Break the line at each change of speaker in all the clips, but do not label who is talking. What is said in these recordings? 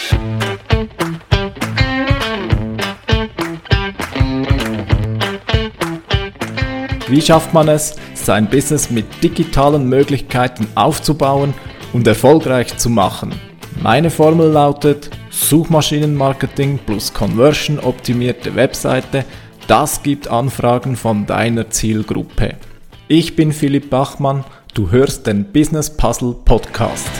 Wie schafft man es, sein Business mit digitalen Möglichkeiten aufzubauen und erfolgreich zu machen? Meine Formel lautet: Suchmaschinenmarketing plus Conversion-optimierte Webseite, das gibt Anfragen von deiner Zielgruppe. Ich bin Philipp Bachmann, du hörst den Business Puzzle Podcast.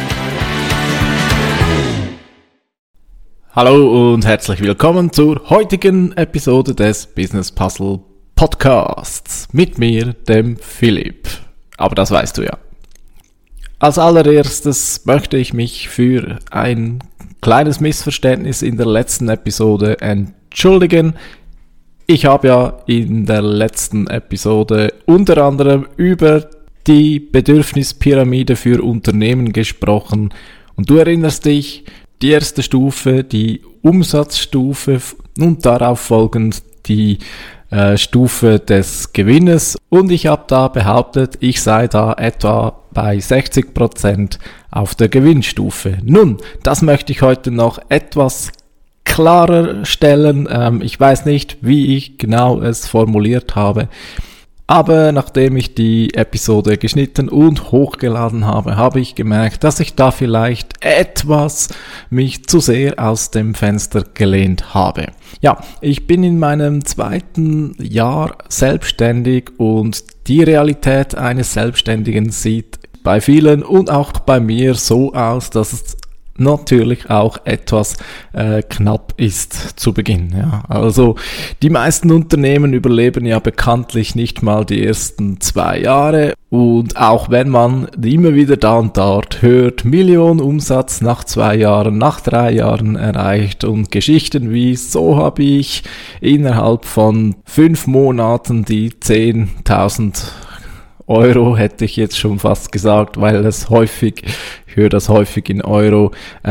Hallo und herzlich willkommen zur heutigen Episode des Business Puzzle Podcasts mit mir, dem Philipp. Aber das weißt du ja. Als allererstes möchte ich mich für ein kleines Missverständnis in der letzten Episode entschuldigen. Ich habe ja in der letzten Episode unter anderem über die Bedürfnispyramide für Unternehmen gesprochen. Und du erinnerst dich, die erste Stufe, die Umsatzstufe und darauf folgend die Stufe des Gewinnes, und ich habe da behauptet, ich sei da etwa bei 60% auf der Gewinnstufe. Nun, das möchte ich heute noch etwas klarer stellen. Ich weiß nicht, wie ich genau es formuliert habe, aber nachdem ich die Episode geschnitten und hochgeladen habe, habe ich gemerkt, dass ich da vielleicht etwas mich zu sehr aus dem Fenster gelehnt habe. Ja, ich bin in meinem 2. Jahr selbstständig und die Realität eines Selbstständigen sieht bei vielen und auch bei mir so aus, dass es natürlich auch etwas knapp ist zu Beginn. Ja. Also die meisten Unternehmen überleben ja bekanntlich nicht mal die ersten 2 Jahre, und auch wenn man immer wieder da und dort hört, Millionen Umsatz nach 2 Jahren, nach 3 Jahren erreicht und Geschichten wie: so habe ich innerhalb von 5 Monaten die 10.000 Euro, hätte ich jetzt schon fast gesagt, weil ich höre das häufig in Euro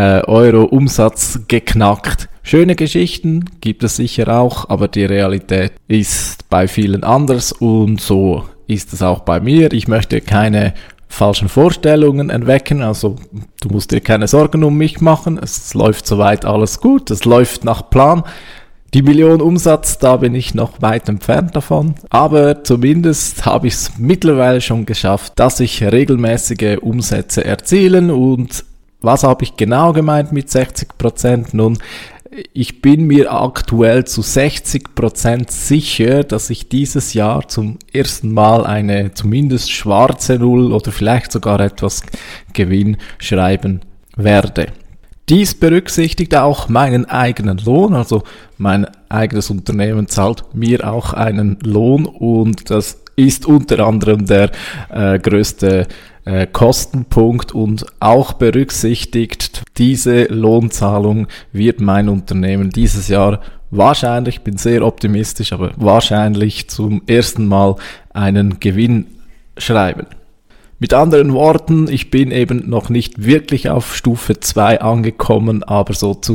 Umsatz geknackt. Schöne Geschichten gibt es sicher auch, aber die Realität ist bei vielen anders, und so ist es auch bei mir. Ich möchte keine falschen Vorstellungen erwecken, also du musst dir keine Sorgen um mich machen, es läuft soweit alles gut, es läuft nach Plan. Die Million Umsatz, da bin ich noch weit entfernt davon, aber zumindest habe ich es mittlerweile schon geschafft, dass ich regelmäßige Umsätze erzielen. Und was habe ich genau gemeint mit 60%? Nun, ich bin mir aktuell zu 60% sicher, dass ich dieses Jahr zum ersten Mal eine zumindest schwarze Null oder vielleicht sogar etwas Gewinn schreiben werde. Dies berücksichtigt auch meinen eigenen Lohn, also mein eigenes Unternehmen zahlt mir auch einen Lohn, und das ist unter anderem der größte Kostenpunkt, und auch berücksichtigt diese Lohnzahlung wird mein Unternehmen dieses Jahr wahrscheinlich, ich bin sehr optimistisch, aber wahrscheinlich zum ersten Mal einen Gewinn schreiben. Mit anderen Worten, ich bin eben noch nicht wirklich auf Stufe 2 angekommen, aber so zu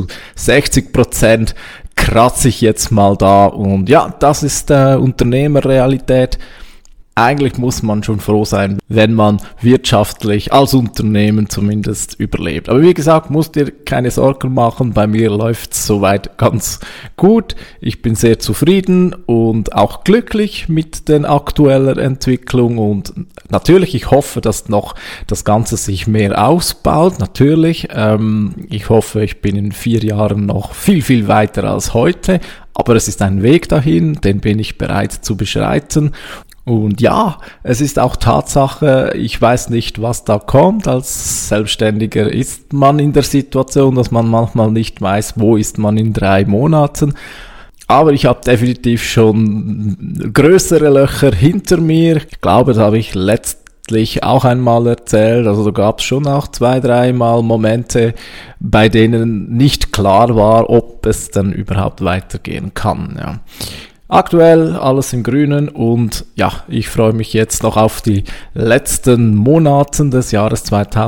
60% kratze ich jetzt mal da, und ja, das ist Unternehmerrealität. Eigentlich muss man schon froh sein, wenn man wirtschaftlich als Unternehmen zumindest überlebt. Aber wie gesagt, musst dir keine Sorgen machen, bei mir läuft es soweit ganz gut. Ich bin sehr zufrieden und auch glücklich mit der aktuellen Entwicklung, und natürlich, ich hoffe, dass noch das Ganze sich mehr ausbaut. Natürlich, ich hoffe, ich bin in 4 Jahren noch viel, viel weiter als heute, aber es ist ein Weg dahin, den bin ich bereit zu beschreiten. Und ja, es ist auch Tatsache, ich weiß nicht, was da kommt. Als Selbstständiger ist man in der Situation, dass man manchmal nicht weiß, wo ist man in 3 Monaten. Aber ich habe definitiv schon größere Löcher hinter mir. Ich glaube, das habe ich letztlich auch einmal erzählt. Also da gab es schon auch 2-3 Mal Momente, bei denen nicht klar war, ob es dann überhaupt weitergehen kann. Ja. Aktuell alles im Grünen, und ja, ich freue mich jetzt noch auf die letzten Monate des Jahres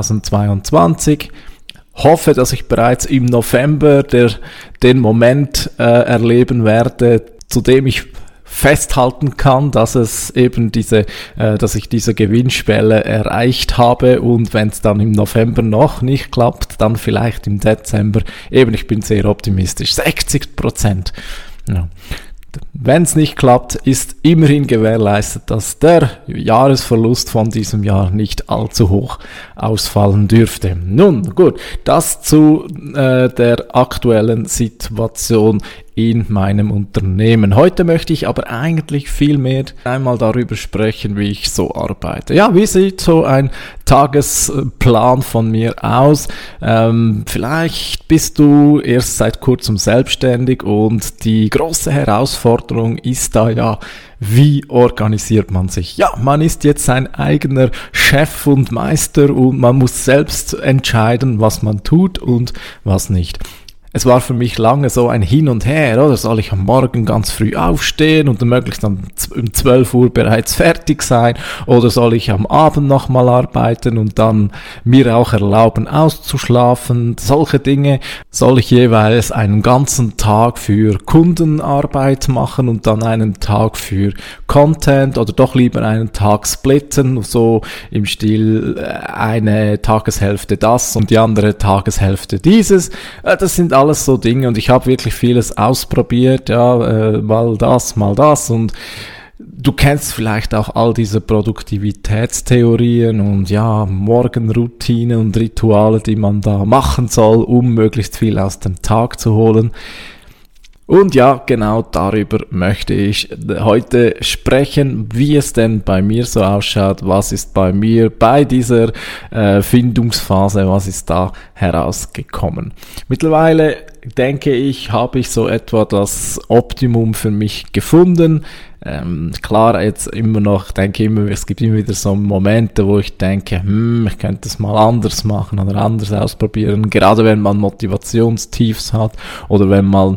2022. Hoffe, dass ich bereits im November den Moment erleben werde, zu dem ich festhalten kann, dass dass ich diese Gewinnschwelle erreicht habe, und wenn es dann im November noch nicht klappt, dann vielleicht im Dezember, ich bin sehr optimistisch, 60%. Ja. Wenn es nicht klappt, ist immerhin gewährleistet, dass der Jahresverlust von diesem Jahr nicht allzu hoch ausfallen dürfte. Nun gut, das zu der aktuellen Situation in meinem Unternehmen. Heute möchte ich aber eigentlich viel mehr einmal darüber sprechen, wie ich so arbeite. Ja, wie sieht so ein Tagesplan von mir aus? Vielleicht bist du erst seit kurzem selbstständig und die große Herausforderung ist da ja, wie organisiert man sich? Ja, man ist jetzt sein eigener Chef und Meister und man muss selbst entscheiden, was man tut und was nicht. Es war für mich lange so ein Hin und Her, oder? Soll ich am Morgen ganz früh aufstehen und möglichst um 12 Uhr bereits fertig sein? Oder soll ich am Abend nochmal arbeiten und dann mir auch erlauben auszuschlafen? Solche Dinge. Soll ich jeweils einen ganzen Tag für Kundenarbeit machen und dann einen Tag für Content, oder doch lieber einen Tag splitten, so im Stil eine Tageshälfte das und die andere Tageshälfte dieses? Das sind alles so Dinge, und ich habe wirklich vieles ausprobiert, mal das, und du kennst vielleicht auch all diese Produktivitätstheorien und Morgenroutine und Rituale, die man da machen soll, um möglichst viel aus dem Tag zu holen. Und ja, genau darüber möchte ich heute sprechen, wie es denn bei mir so ausschaut, was ist bei mir bei dieser Findungsphase, was ist da herausgekommen. Mittlerweile denke ich, habe ich so etwa das Optimum für mich gefunden. Klar, jetzt es gibt immer wieder so Momente, wo ich denke, ich könnte es mal anders machen oder anders ausprobieren, gerade wenn man Motivationstiefs hat oder wenn mal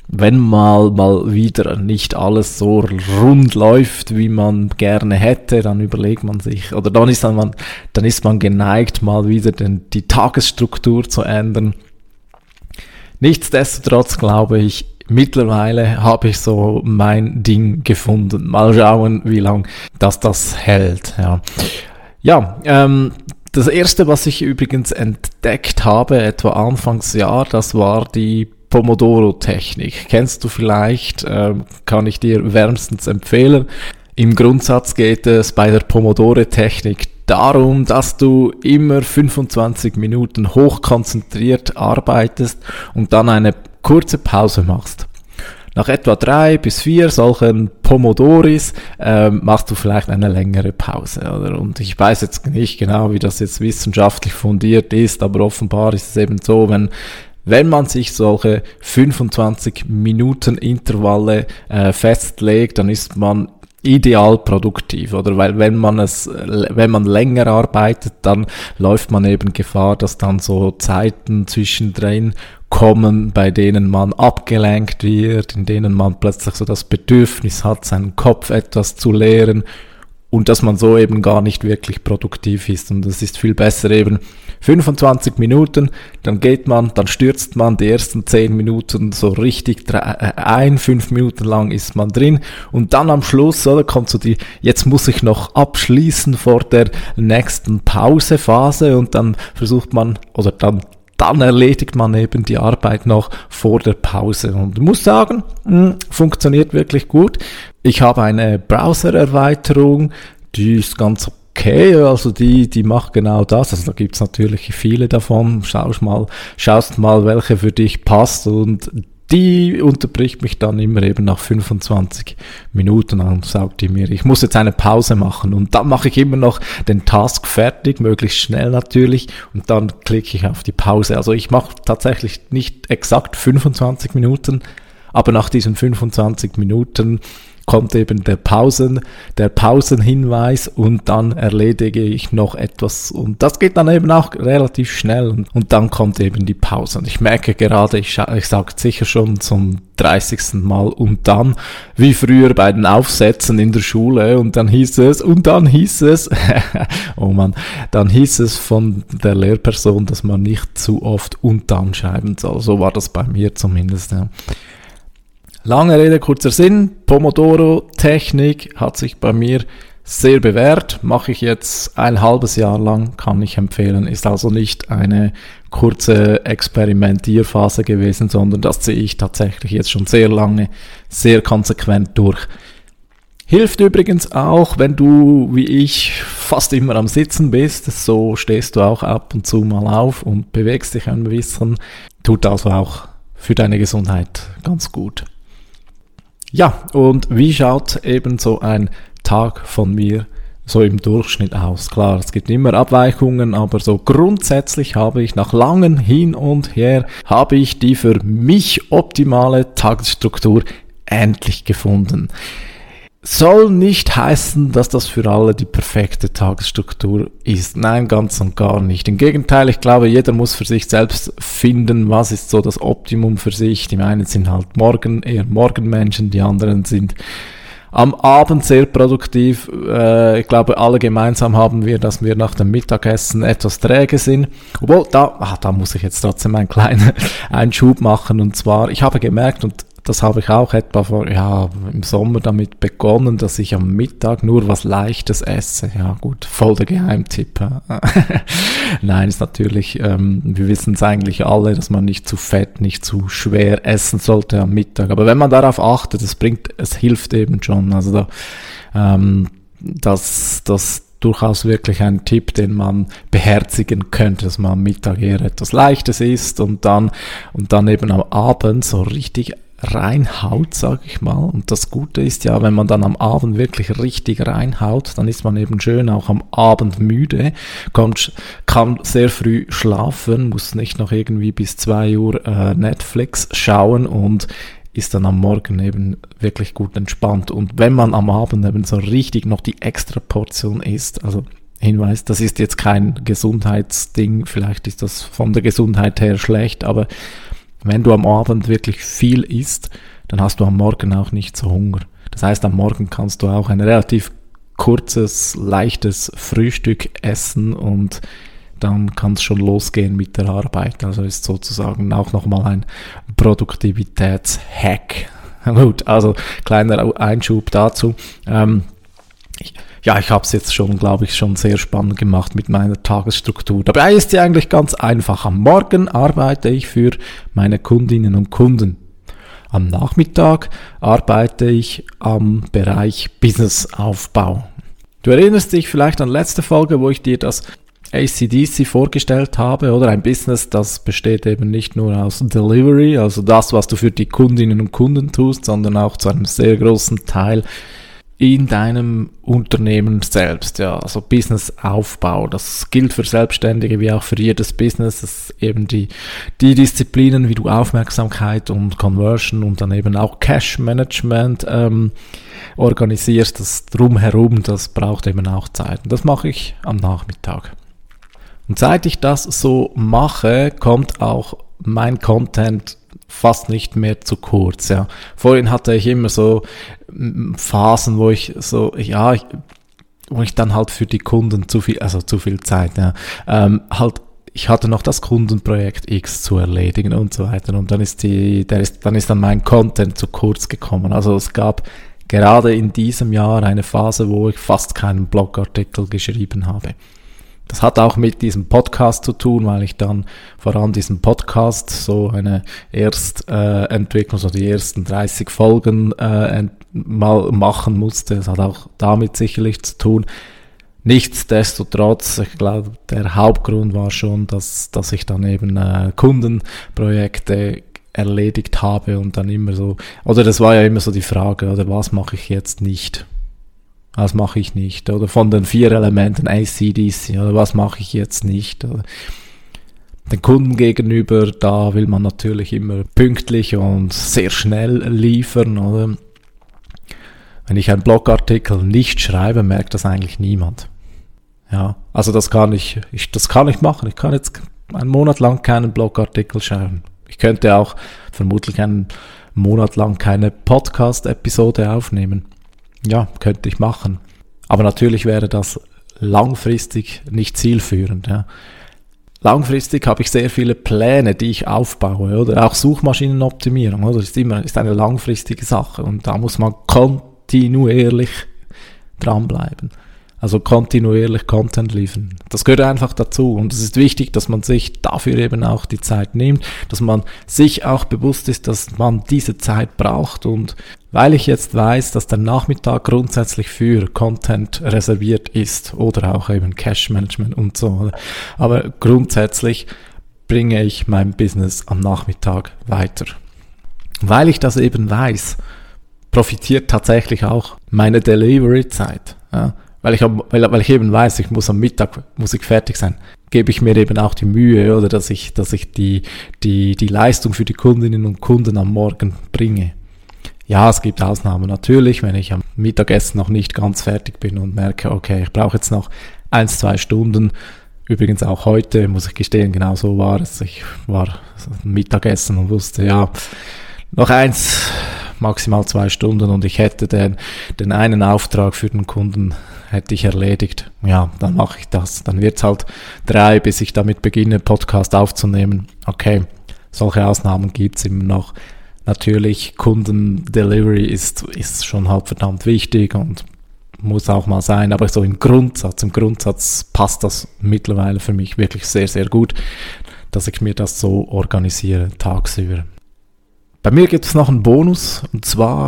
wieder nicht alles so rund läuft, wie man gerne hätte, dann überlegt man sich, oder dann ist man geneigt, mal wieder die Tagesstruktur zu ändern. Nichtsdestotrotz glaube ich, mittlerweile habe ich so mein Ding gefunden. Mal schauen, wie lang das hält. Das erste, was ich übrigens entdeckt habe, etwa Anfangsjahr, das war die Pomodoro-Technik. Kennst du vielleicht, kann ich dir wärmstens empfehlen. Im Grundsatz geht es bei der Pomodoro-Technik darum, dass du immer 25 Minuten hochkonzentriert arbeitest und dann eine kurze Pause machst. Nach etwa 3 bis 4 solchen Pomodoris machst du vielleicht eine längere Pause, oder? Und ich weiß jetzt nicht genau, wie das jetzt wissenschaftlich fundiert ist, aber offenbar ist es eben so, wenn man sich solche 25 Minuten Intervalle festlegt, dann ist man ideal produktiv, oder? Weil wenn man länger arbeitet, dann läuft man eben Gefahr, dass dann so Zeiten zwischendrin kommen, bei denen man abgelenkt wird, in denen man plötzlich so das Bedürfnis hat, seinen Kopf etwas zu leeren, und dass man so eben gar nicht wirklich produktiv ist. Und es ist viel besser eben 25 Minuten, dann stürzt man die ersten 10 Minuten so richtig 5 Minuten lang ist man drin, und dann am Schluss, oder, kommt so jetzt muss ich noch abschließen vor der nächsten Pausephase, und dann versucht man, oder dann erledigt man eben die Arbeit noch vor der Pause. Und ich muss sagen, funktioniert wirklich gut. Ich habe eine Browser-Erweiterung, die ist ganz okay, also die macht genau das. Also da gibt's natürlich viele davon. Schaust mal, welche für dich passt, und die unterbricht mich dann immer eben nach 25 Minuten und sagt die mir, ich muss jetzt eine Pause machen, und dann mache ich immer noch den Task fertig, möglichst schnell natürlich, und dann klicke ich auf die Pause. Also ich mache tatsächlich nicht exakt 25 Minuten, aber nach diesen 25 Minuten kommt eben der Pausenhinweis, und dann erledige ich noch etwas, und das geht dann eben auch relativ schnell, und dann kommt eben die Pause. Und ich merke gerade, ich sage sicher schon zum 30. Mal und dann, wie früher bei den Aufsätzen in der Schule, und dann hieß es, oh Mann, dann hieß es von der Lehrperson, dass man nicht zu oft und dann schreiben soll. So war das bei mir zumindest, ja. Lange Rede, kurzer Sinn, Pomodoro-Technik hat sich bei mir sehr bewährt, mache ich jetzt ein halbes Jahr lang, kann ich empfehlen, ist also nicht eine kurze Experimentierphase gewesen, sondern das ziehe ich tatsächlich jetzt schon sehr lange, sehr konsequent durch. Hilft übrigens auch, wenn du, wie ich, fast immer am Sitzen bist, so stehst du auch ab und zu mal auf und bewegst dich ein bisschen, tut also auch für deine Gesundheit ganz gut. Ja, und wie schaut eben so ein Tag von mir so im Durchschnitt aus? Klar, es gibt immer Abweichungen, aber so grundsätzlich habe ich nach langem Hin und Her, habe ich die für mich optimale Tagesstruktur endlich gefunden. Soll nicht heißen, dass das für alle die perfekte Tagesstruktur ist. Nein, ganz und gar nicht. Im Gegenteil, ich glaube, jeder muss für sich selbst finden, was ist so das Optimum für sich. Die einen sind halt eher Morgenmenschen, die anderen sind am Abend sehr produktiv. Ich glaube, alle gemeinsam haben wir, dass wir nach dem Mittagessen etwas träge sind. Obwohl, da muss ich jetzt trotzdem einen kleinen Einschub machen. Und zwar, ich habe gemerkt, und das habe ich auch etwa im Sommer damit begonnen, dass ich am Mittag nur was Leichtes esse. Ja gut, voll der Geheimtipp. Nein, ist natürlich, wir wissen es eigentlich alle, dass man nicht zu fett, nicht zu schwer essen sollte am Mittag. Aber wenn man darauf achtet, es hilft eben schon. Also das durchaus wirklich ein Tipp, den man beherzigen könnte, dass man am Mittag eher etwas Leichtes isst und dann eben am Abend so richtig reinhaut, sag ich mal. Und das Gute ist ja, wenn man dann am Abend wirklich richtig reinhaut, dann ist man eben schön auch am Abend müde, kann sehr früh schlafen, muss nicht noch irgendwie bis 2 Uhr Netflix schauen und ist dann am Morgen eben wirklich gut entspannt. Und wenn man am Abend eben so richtig noch die extra Portion isst, also Hinweis, das ist jetzt kein Gesundheitsding, vielleicht ist das von der Gesundheit her schlecht, aber wenn du am Abend wirklich viel isst, dann hast du am Morgen auch nicht so Hunger. Das heißt, am Morgen kannst du auch ein relativ kurzes, leichtes Frühstück essen und dann kann es schon losgehen mit der Arbeit. Also ist sozusagen auch nochmal ein Produktivitätshack. Gut, also kleiner Einschub dazu. Ich habe es jetzt schon, glaube ich, schon sehr spannend gemacht mit meiner Tagesstruktur. Dabei ist sie eigentlich ganz einfach. Am Morgen arbeite ich für meine Kundinnen und Kunden. Am Nachmittag arbeite ich am Bereich Businessaufbau. Du erinnerst dich vielleicht an letzte Folge, wo ich dir das AC/DC vorgestellt habe, oder ein Business, das besteht eben nicht nur aus Delivery, also das, was du für die Kundinnen und Kunden tust, sondern auch zu einem sehr großen Teil in deinem Unternehmen selbst, ja, also Businessaufbau. Das gilt für Selbstständige wie auch für jedes Business, dass eben die Disziplinen, wie du Aufmerksamkeit und Conversion und dann eben auch Cash Management organisierst, das drumherum, das braucht eben auch Zeit. Und das mache ich am Nachmittag. Und seit ich das so mache, kommt auch mein Content fast nicht mehr zu kurz, ja. Vorhin hatte ich immer so Phasen, wo ich dann halt für die Kunden zu viel Zeit, ja, ich hatte noch das Kundenprojekt X zu erledigen und so weiter und dann ist dann mein Content zu kurz gekommen. Also es gab gerade in diesem Jahr eine Phase, wo ich fast keinen Blogartikel geschrieben habe. Das hat auch mit diesem Podcast zu tun, weil ich dann voran diesen Podcast so eine Erstentwicklung, so die ersten 30 Folgen mal machen musste. Das hat auch damit sicherlich zu tun. Nichtsdestotrotz, ich glaube, der Hauptgrund war schon, dass ich dann eben Kundenprojekte erledigt habe und dann immer so, oder das war ja immer so die Frage, oder was mache ich jetzt nicht? Was mache ich nicht? Oder von den 4 Elementen AC/DC, oder was mache ich jetzt nicht? Oder den Kunden gegenüber, da will man natürlich immer pünktlich und sehr schnell liefern, oder? Wenn ich einen Blogartikel nicht schreibe, merkt das eigentlich niemand. Ja, also das kann ich machen. Ich kann jetzt einen Monat lang keinen Blogartikel schreiben. Ich könnte auch vermutlich einen Monat lang keine Podcast-Episode aufnehmen. Ja, könnte ich machen. Aber natürlich wäre das langfristig nicht zielführend. Ja. langfristig habe ich sehr viele Pläne, die ich aufbaue, oder auch Suchmaschinenoptimierung, oder ist eine langfristige Sache und da muss man kontinuierlich dranbleiben. Also kontinuierlich Content liefern. Das gehört einfach dazu und es ist wichtig, dass man sich dafür eben auch die Zeit nimmt, dass man sich auch bewusst ist, dass man diese Zeit braucht und weil ich jetzt weiß, dass der Nachmittag grundsätzlich für Content reserviert ist oder auch eben Cash Management und so, aber grundsätzlich bringe ich mein Business am Nachmittag weiter. Weil ich das eben weiß, profitiert tatsächlich auch meine Delivery-Zeit, ja. Weil ich eben weiß, ich muss am Mittag fertig sein, gebe ich mir eben auch die Mühe, oder dass ich die Leistung für die Kundinnen und Kunden am Morgen bringe. Ja, es gibt Ausnahmen natürlich, wenn ich am Mittagessen noch nicht ganz fertig bin und merke, okay, ich brauche jetzt noch 1-2 Stunden. Übrigens auch heute, muss ich gestehen, genau so war es. Ich war Mittagessen und wusste, ja, noch maximal 2 Stunden und ich hätte den einen Auftrag für den Kunden hätte ich erledigt. Ja, dann mache ich das. Dann wird's halt 3, bis ich damit beginne, Podcast aufzunehmen. Okay, solche Ausnahmen gibt's immer noch. Natürlich, Kundendelivery ist schon halt verdammt wichtig und muss auch mal sein, aber so im Grundsatz passt das mittlerweile für mich wirklich sehr, sehr gut, dass ich mir das so organisiere, tagsüber. Bei mir gibt es noch einen Bonus, und zwar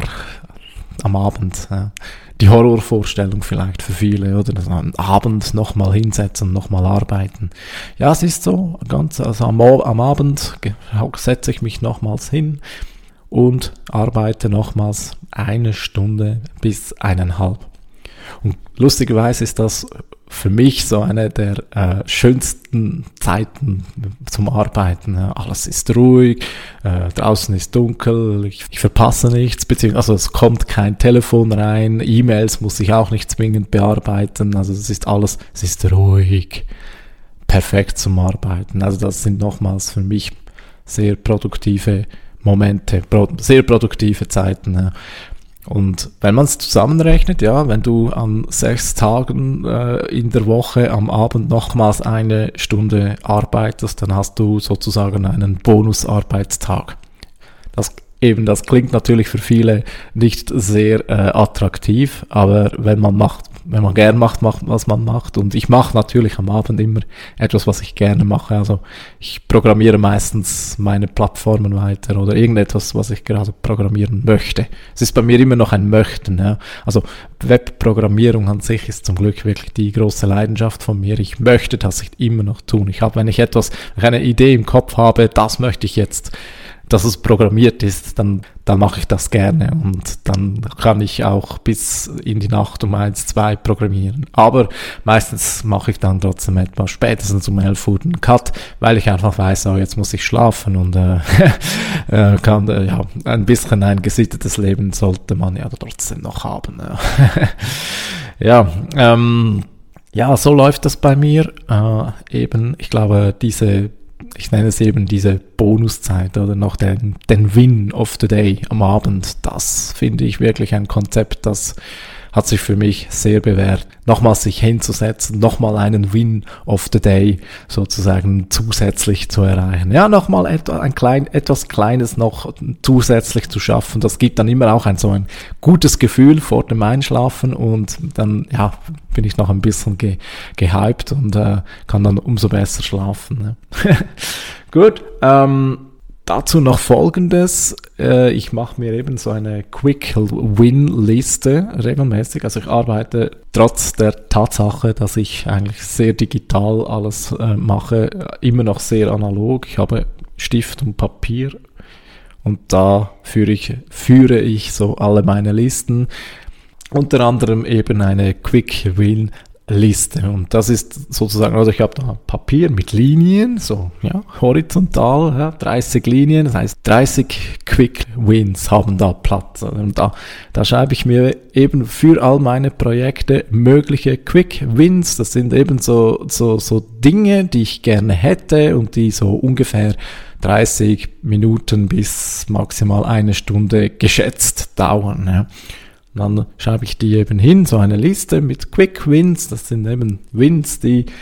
am Abend. Ja. Die Horrorvorstellung vielleicht für viele, oder? Dass am Abend nochmal hinsetzen, nochmal arbeiten. Ja, es ist so, also am Abend setze ich mich nochmals hin und arbeite nochmals 1 Stunde bis 1,5. Und lustigerweise ist das für mich so eine der schönsten Zeiten zum Arbeiten. Ja, alles ist ruhig, draußen ist dunkel, ich verpasse nichts, beziehungsweise es kommt kein Telefon rein, E-Mails muss ich auch nicht zwingend bearbeiten, also es ist ruhig, perfekt zum Arbeiten. Also das sind nochmals für mich sehr produktive Momente, sehr produktive Zeiten. Ja. Und wenn man es zusammenrechnet, ja, wenn du an 6 Tagen in der Woche am Abend nochmals 1 Stunde arbeitest, dann hast du sozusagen einen Bonusarbeitstag. Das klingt natürlich für viele nicht sehr attraktiv, aber wenn man gern macht, was man macht, und ich mache natürlich am Abend immer etwas, was ich gerne mache, also ich programmiere meistens meine Plattformen weiter oder irgendetwas, was ich gerade programmieren möchte. Es ist bei mir immer noch ein Möchten, ja. Also Webprogrammierung an sich ist zum Glück wirklich die große Leidenschaft von mir. Ich möchte das immer noch tun. Wenn ich eine Idee im Kopf habe, das möchte ich jetzt, dass es programmiert ist, dann mache ich das gerne und dann kann ich auch bis in die Nacht um 1, 2 programmieren. Aber meistens mache ich dann trotzdem etwas spätestens um 11 Uhr einen Cut, weil ich einfach weiß, jetzt muss ich schlafen und ein bisschen ein gesittetes Leben sollte man ja trotzdem noch haben. Ja, so läuft das bei mir. Ich glaube, ich nenne es eben diese Bonuszeit oder noch den Win of the Day am Abend. Das finde ich wirklich ein Konzept, das hat sich für mich sehr bewährt. Nochmals sich hinzusetzen, nochmal einen Win of the Day sozusagen zusätzlich zu erreichen. Ja, nochmal etwas Kleines noch zusätzlich zu schaffen. Das gibt dann immer auch so ein gutes Gefühl vor dem Einschlafen und dann, bin ich noch ein bisschen gehypt und kann dann umso besser schlafen. Ne? Gut, dazu noch Folgendes. Ich mache mir eben so eine Quick-Win-Liste regelmäßig. Also ich arbeite trotz der Tatsache, dass ich eigentlich sehr digital alles mache, immer noch sehr analog. Ich habe Stift und Papier und da führe ich so alle meine Listen. Unter anderem eben eine Quick-Win-Liste. Und das ist sozusagen, also ich habe da Papier mit Linien, horizontal, 30 Linien, das heißt 30 Quick Wins haben da Platz. Und da schreibe ich mir eben für all meine Projekte mögliche Quick Wins. Das sind eben so Dinge, die ich gerne hätte und die so ungefähr 30 Minuten bis maximal 1 Stunde geschätzt dauern. Ja. Und dann schreibe ich die eben hin, so eine Liste mit Quick Wins. Das sind eben Wins, die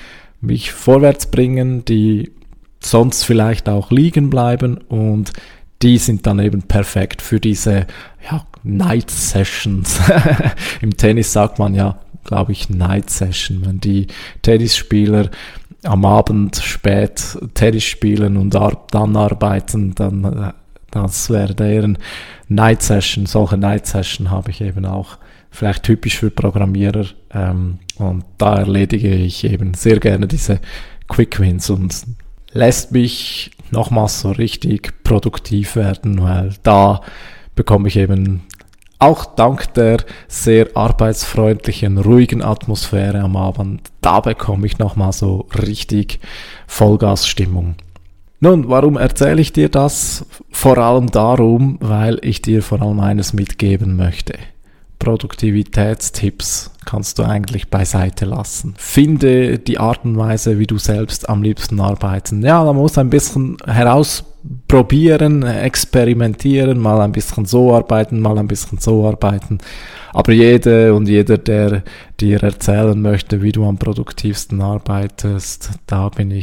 mich vorwärts bringen, die sonst vielleicht auch liegen bleiben, und die sind dann eben perfekt für diese Night Sessions. Im Tennis sagt man ja, glaube ich, Night Session, wenn die Tennisspieler am Abend spät Tennis spielen und dann arbeiten, dann das wäre deren Night Session. Solche Night Session habe ich eben auch, vielleicht typisch für Programmierer, und da erledige ich eben sehr gerne diese Quick Wins und lässt mich nochmals so richtig produktiv werden, weil da bekomme ich eben auch dank der sehr arbeitsfreundlichen, ruhigen Atmosphäre am Abend, da bekomme ich nochmal so richtig Vollgasstimmung. Nun, warum erzähle ich dir das? Vor allem darum, weil ich dir vor allem eines mitgeben möchte. Produktivitätstipps kannst du eigentlich beiseite lassen. Finde die Art und Weise, wie du selbst am liebsten arbeiten. Ja, da musst du ein bisschen herausprobieren, experimentieren, mal ein bisschen so arbeiten, mal ein bisschen so arbeiten. Aber jede und jeder, der dir erzählen möchte, wie du am produktivsten arbeitest, da gebe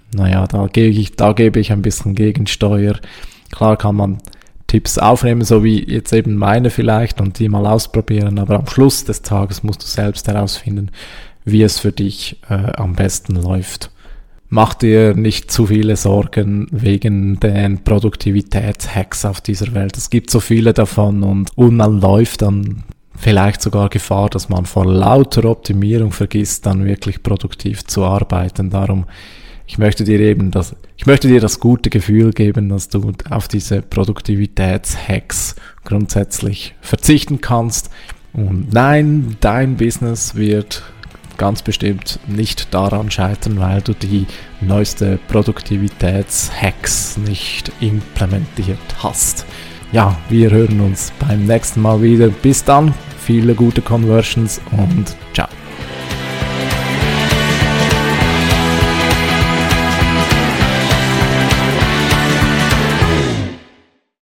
ich ein bisschen Gegensteuer. Klar kann man Tipps aufnehmen, so wie jetzt eben meine vielleicht, und die mal ausprobieren, aber am Schluss des Tages musst du selbst herausfinden, wie es für dich am besten läuft. Mach dir nicht zu viele Sorgen wegen den Produktivitätshacks auf dieser Welt. Es gibt so viele davon, und man läuft dann vielleicht sogar Gefahr, dass man vor lauter Optimierung vergisst, dann wirklich produktiv zu arbeiten. Darum, ich möchte dir das gute Gefühl geben, dass du auf diese Produktivitätshacks grundsätzlich verzichten kannst. Und nein, dein Business wird ganz bestimmt nicht daran scheitern, weil du die neueste Produktivitätshacks nicht implementiert hast. Ja, wir hören uns beim nächsten Mal wieder. Bis dann, viele gute Conversions und ciao.